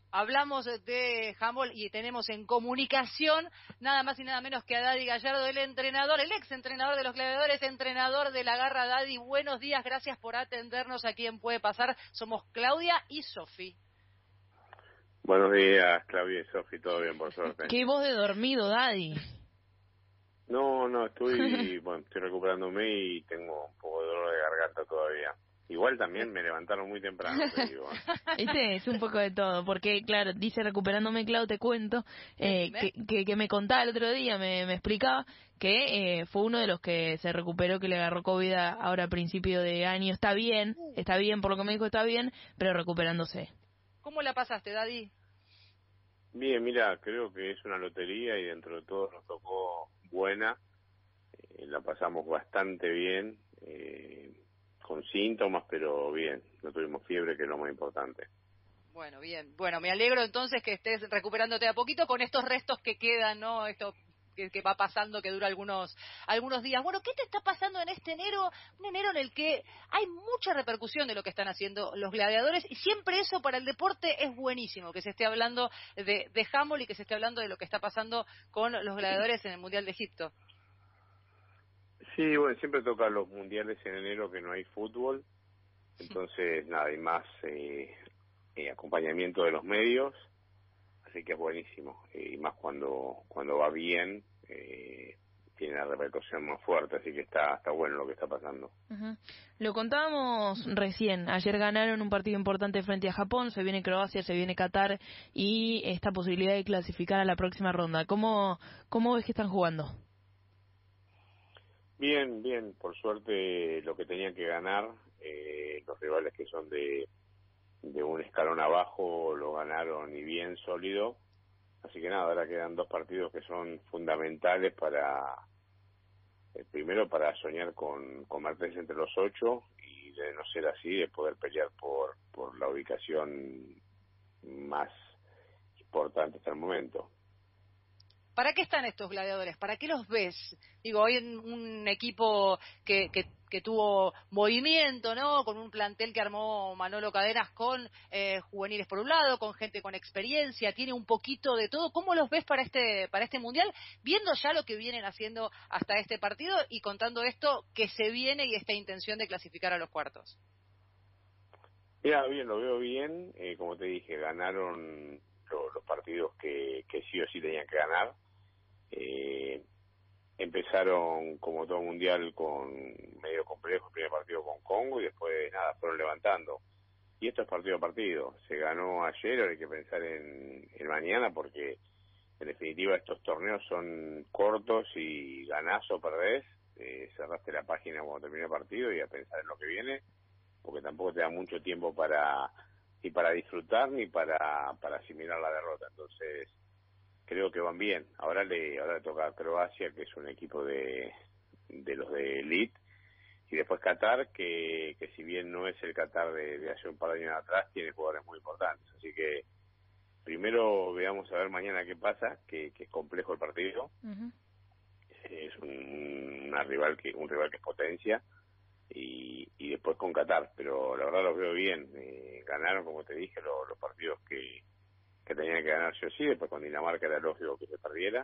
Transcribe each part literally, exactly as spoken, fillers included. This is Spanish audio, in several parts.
Hablamos de handball y tenemos en comunicación nada más y nada menos que a Daddy Gallardo, el entrenador, el ex entrenador de los Gladiadores, entrenador de la Garra. Daddy, buenos días, gracias por atendernos aquí en Puede Pasar. Somos Claudia y Sofi. Buenos días, Claudia y Sofi, todo bien, por suerte. Qué voz de dormido, Daddy. No, no, estoy, bueno, estoy recuperándome y tengo un poco de dolor de garganta todavía. Igual también me levantaron muy temprano, te digo. Este es un poco de todo, porque claro, dice recuperándome, Clau, te cuento, eh, que, que, que me contaba el otro día, me, me explicaba que eh, fue uno de los que se recuperó, que le agarró COVID ahora a principio de año. Está bien, está bien, por lo que me dijo está bien, pero recuperándose. ¿Cómo la pasaste, Daddy? Bien, mira, creo que es una lotería y dentro de todo nos tocó buena. Eh, la pasamos bastante bien, eh, con síntomas, pero bien, no tuvimos fiebre, que es lo más importante. Bueno, bien. Bueno, me alegro entonces que estés recuperándote a poquito con estos restos que quedan, ¿no? Esto que, que va pasando, que dura algunos algunos días. Bueno, ¿qué te está pasando en este enero? Un enero en el que hay mucha repercusión de lo que están haciendo los Gladiadores y siempre eso para el deporte es buenísimo, que se esté hablando de, de handball y que se esté hablando de lo que está pasando con los Gladiadores en el Mundial de Egipto. Sí, bueno, siempre tocan los mundiales en enero que no hay fútbol, entonces nada, hay más eh, eh, acompañamiento de los medios, así que es buenísimo, eh, y más cuando cuando va bien, eh, tiene la repercusión más fuerte, así que está está bueno lo que está pasando. Uh-huh. Lo contábamos recién, ayer ganaron un partido importante frente a Japón, se viene Croacia, se viene Qatar y esta posibilidad de clasificar a la próxima ronda. ¿Cómo, cómo ves que están jugando? Bien, bien, por suerte lo que tenían que ganar, eh, los rivales que son de, de un escalón abajo lo ganaron y bien sólido, así que nada, ahora quedan dos partidos que son fundamentales para, eh, primero para soñar con, con meterse entre los ocho y de no ser así, de poder pelear por, por la ubicación más importante hasta el momento. ¿Para qué están estos Gladiadores? ¿Para qué los ves? Digo, hoy en un equipo que, que, que tuvo movimiento, ¿no? Con un plantel que armó Manolo Cadenas con eh, juveniles por un lado, con gente con experiencia, tiene un poquito de todo. ¿Cómo los ves para este para este Mundial? Viendo ya lo que vienen haciendo hasta este partido y contando esto que se viene y esta intención de clasificar a los cuartos. Mira, bien, lo veo bien. Eh, como te dije, ganaron lo, los partidos que, que sí o sí tenían que ganar. Eh, empezaron como todo mundial con medio complejo el primer partido con Congo y después nada, fueron levantando. Y esto es partido a partido. Se ganó ayer, ahora hay que pensar en, en mañana porque en definitiva estos torneos son cortos y ganás o perdés. Eh, cerraste la página cuando termina el partido y a pensar en lo que viene, porque tampoco te da mucho tiempo para ni para disfrutar ni para para asimilar la derrota. Entonces creo que van bien. Ahora le ahora le toca a Croacia, que es un equipo de de los de elite, y después Qatar, que que si bien no es el Qatar de, de hace un par de años atrás, tiene jugadores muy importantes. Así que primero veamos a ver mañana qué pasa, que, que es complejo el partido. Uh-huh. Es un, una rival que un rival que es potencia. Y, y después con Qatar, pero la verdad los veo bien. Eh, ganaron, como te dije, lo, los partidos que, que tenían que ganar sí o sí. Después con Dinamarca era lógico que se perdiera,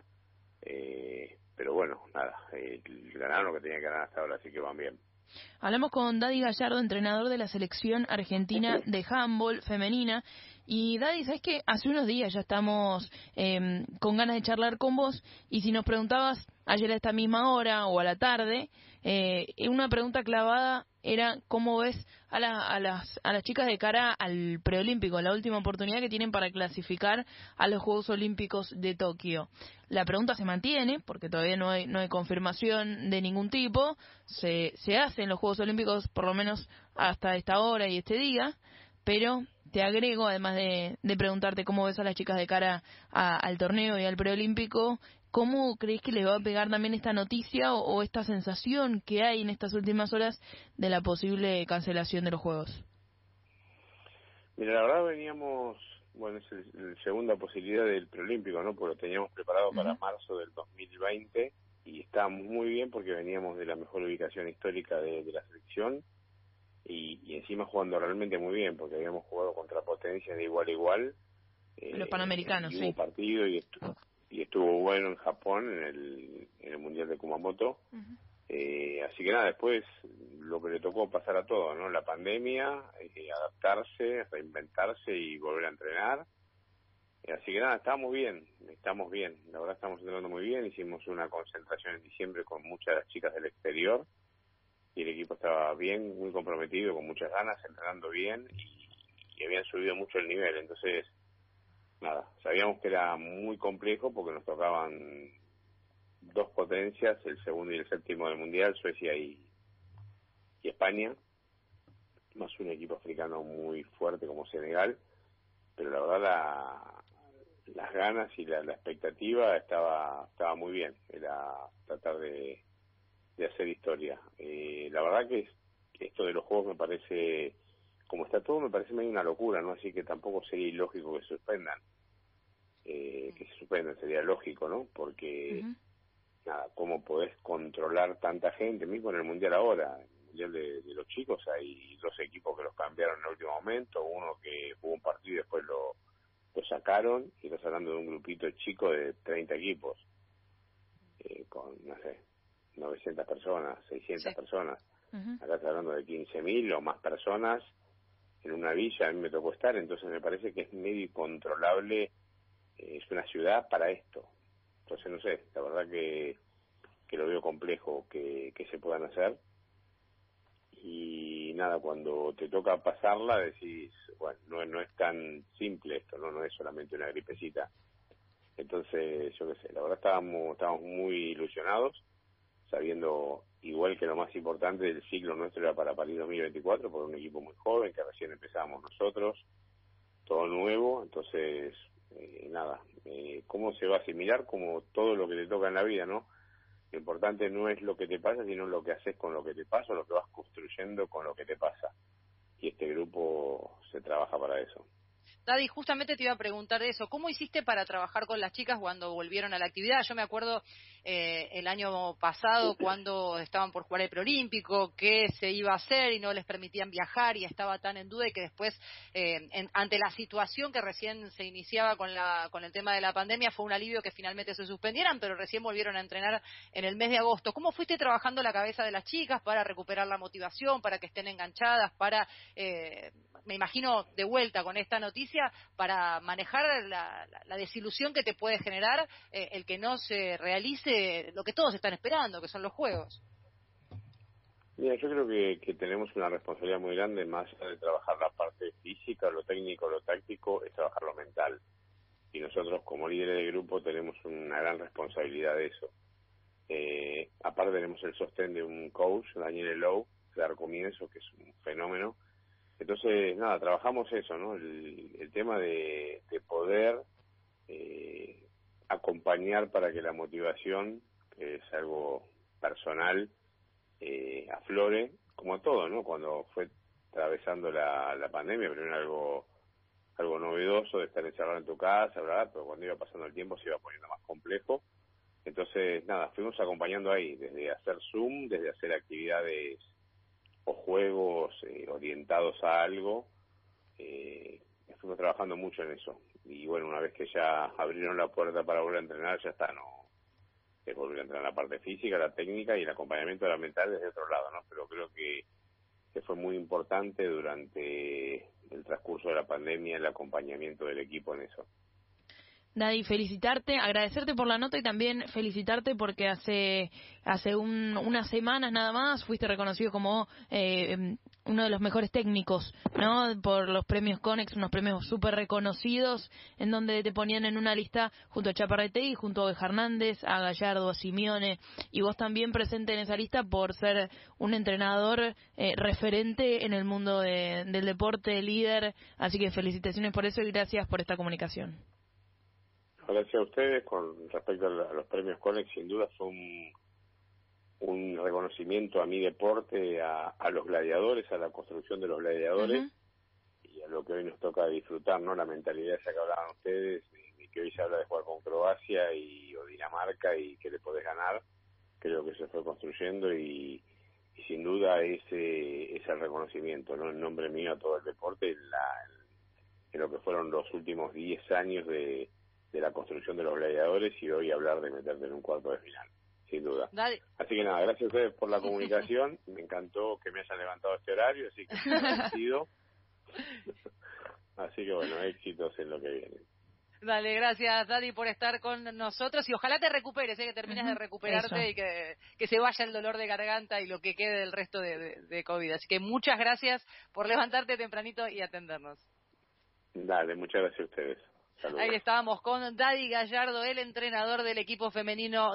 eh, pero bueno, nada, eh, ganaron lo que tenían que ganar hasta ahora, así que van bien. Hablamos con Daddy Gallardo, entrenador de la selección argentina de handball femenina. Y Daddy, ¿sabes qué? Hace unos días ya estamos eh, con ganas de charlar con vos, y si nos preguntabas ayer a esta misma hora o a la tarde, eh, una pregunta clavada era cómo ves a, la, a, las, a las chicas de cara al preolímpico, la última oportunidad que tienen para clasificar a los Juegos Olímpicos de Tokio. La pregunta se mantiene, porque todavía no hay, no hay confirmación de ningún tipo, se, se hacen los Juegos Olímpicos por lo menos hasta esta hora y este día, pero te agrego, además de, de preguntarte cómo ves a las chicas de cara a, al torneo y al preolímpico, ¿cómo crees que les va a pegar también esta noticia o, o esta sensación que hay en estas últimas horas de la posible cancelación de los Juegos? Mira, la verdad veníamos, bueno, es la segunda posibilidad del preolímpico, ¿no? Porque lo teníamos preparado uh-huh. para marzo del dos mil veinte y estábamos muy bien porque veníamos de la mejor ubicación histórica de, de la selección. Y, y encima jugando realmente muy bien, porque habíamos jugado contra potencias de igual a igual, Eh, los Panamericanos, y sí. hubo partido y estuvo, y estuvo bueno en Japón, en el, en el Mundial de Kumamoto. Uh-huh. Eh, así que nada, después lo que le tocó pasar a todo, ¿no? La pandemia, eh, adaptarse, reinventarse y volver a entrenar. Eh, así que nada, estamos bien, estamos bien, la verdad estamos entrenando muy bien. Hicimos una concentración en diciembre con muchas chicas del exterior y el equipo estaba bien, muy comprometido, con muchas ganas, entrenando bien y, y habían subido mucho el nivel. Entonces, nada, sabíamos que era muy complejo porque nos tocaban dos potencias, el segundo y el séptimo del Mundial, Suecia y, y España, más un equipo africano muy fuerte como Senegal, pero la verdad la, las ganas y la, la expectativa estaba estaba muy bien, era tratar de, de hacer historia. Eh, la verdad que es, esto de los juegos me parece, como está todo, me parece medio una locura, ¿no? Así que tampoco sería ilógico que se suspendan, eh, que se suspendan, sería lógico, ¿no? Porque... Uh-huh. Nada, ¿cómo podés controlar tanta gente? Mismo en el Mundial ahora, en el Mundial de, de los chicos, hay dos equipos que los cambiaron en el último momento, uno que jugó un partido y después lo, lo sacaron, y estás hablando de un grupito chico de treinta equipos, eh, con, no sé, novecientas personas, seiscientas sí. personas. Uh-huh. Acá estás hablando de quince mil o más personas en una villa, a mí me tocó estar, entonces me parece que es medio incontrolable, eh, es una ciudad para esto. Entonces, no sé, la verdad que, que lo veo complejo que, que se puedan hacer. Y nada, cuando te toca pasarla decís, bueno, no, no es tan simple esto, no no es solamente una gripecita. Entonces, yo qué sé, la verdad estábamos, estábamos muy ilusionados, sabiendo igual que lo más importante del ciclo nuestro era para París dos mil veinticuatro, por un equipo muy joven, que recién empezábamos nosotros, todo nuevo, entonces... Eh, nada, eh, cómo se va a asimilar como todo lo que te toca en la vida, ¿no? Lo importante no es lo que te pasa, sino lo que haces con lo que te pasa, lo que vas construyendo con lo que te pasa. Y este grupo se trabaja para eso. Daddy, justamente te iba a preguntar eso. ¿Cómo hiciste para trabajar con las chicas cuando volvieron a la actividad? Yo me acuerdo eh, el año pasado cuando estaban por jugar el preolímpico, qué se iba a hacer y no les permitían viajar y estaba tan en duda y que después, eh, en, ante la situación que recién se iniciaba con, la, con el tema de la pandemia, fue un alivio que finalmente se suspendieran, pero recién volvieron a entrenar en el mes de agosto. ¿Cómo fuiste trabajando la cabeza de las chicas para recuperar la motivación, para que estén enganchadas, para, eh, me imagino, de vuelta con esta noticia, para manejar la, la, la desilusión que te puede generar eh, el que no se realice lo que todos están esperando, que son los juegos? Mira, yo creo que, que tenemos una responsabilidad muy grande, más allá de trabajar la parte física, lo técnico, lo táctico, es trabajar lo mental. Y nosotros como líderes de grupo tenemos una gran responsabilidad de eso. Eh, aparte tenemos el sostén de un coach, Daniel Lowe, de dar comienzo, que es un fenómeno. Entonces, nada, trabajamos eso, ¿no? El, el tema de, de poder eh, acompañar para que la motivación, que es algo personal, eh, aflore, como todo, ¿no? Cuando fue atravesando la, la pandemia, primero algo algo novedoso de estar encerrado en tu casa, ¿verdad? Pero cuando iba pasando el tiempo se iba poniendo más complejo. Entonces, nada, fuimos acompañando ahí, desde hacer Zoom, desde hacer actividades o juegos eh, orientados a algo, eh, fuimos trabajando mucho en eso. Y bueno, una vez que ya abrieron la puerta para volver a entrenar, ya está, no es volver a entrenar la parte física, la técnica y el acompañamiento de la mental desde otro lado, ¿no? Pero creo que, que fue muy importante durante el transcurso de la pandemia el acompañamiento del equipo en eso. Daddy, felicitarte, agradecerte por la nota y también felicitarte porque hace hace un, unas semanas nada más fuiste reconocido como eh, uno de los mejores técnicos, ¿no? Por los premios Conex, unos premios súper reconocidos, en donde te ponían en una lista junto a Chaparretegui, junto a Oveja Hernández, a Gallardo, a Simeone, y vos también presente en esa lista por ser un entrenador eh, referente en el mundo de, del deporte, líder, así que felicitaciones por eso y gracias por esta comunicación. Gracias a ustedes. Con respecto a los premios Conex, sin duda fue un, un reconocimiento a mi deporte, a, a los gladiadores, a la construcción de los gladiadores, uh-huh. y a lo que hoy nos toca disfrutar, ¿no? La mentalidad esa que hablaban ustedes, y que hoy se habla de jugar con Croacia y o Dinamarca y que le podés ganar, creo que se fue construyendo y, y sin duda ese es el reconocimiento, ¿no? En nombre mío a todo el deporte, la, en lo que fueron los últimos diez años de, de la construcción de los gladiadores, y hoy hablar de meterte en un cuarto de final, sin duda. Dale. Así que nada, gracias a ustedes por la comunicación, me encantó que me hayan levantado este horario, así que estoy agradecido. Así que bueno, éxitos en lo que viene. Dale, gracias Daddy por estar con nosotros y ojalá te recuperes, ¿eh? Que termines uh-huh. de recuperarte. Eso. Y que, que se vaya el dolor de garganta y lo que quede del resto de, de, de COVID. Así que muchas gracias por levantarte tempranito y atendernos. Dale, muchas gracias a ustedes. Saludos. Ahí estábamos con Daddy Gallardo, el entrenador del equipo femenino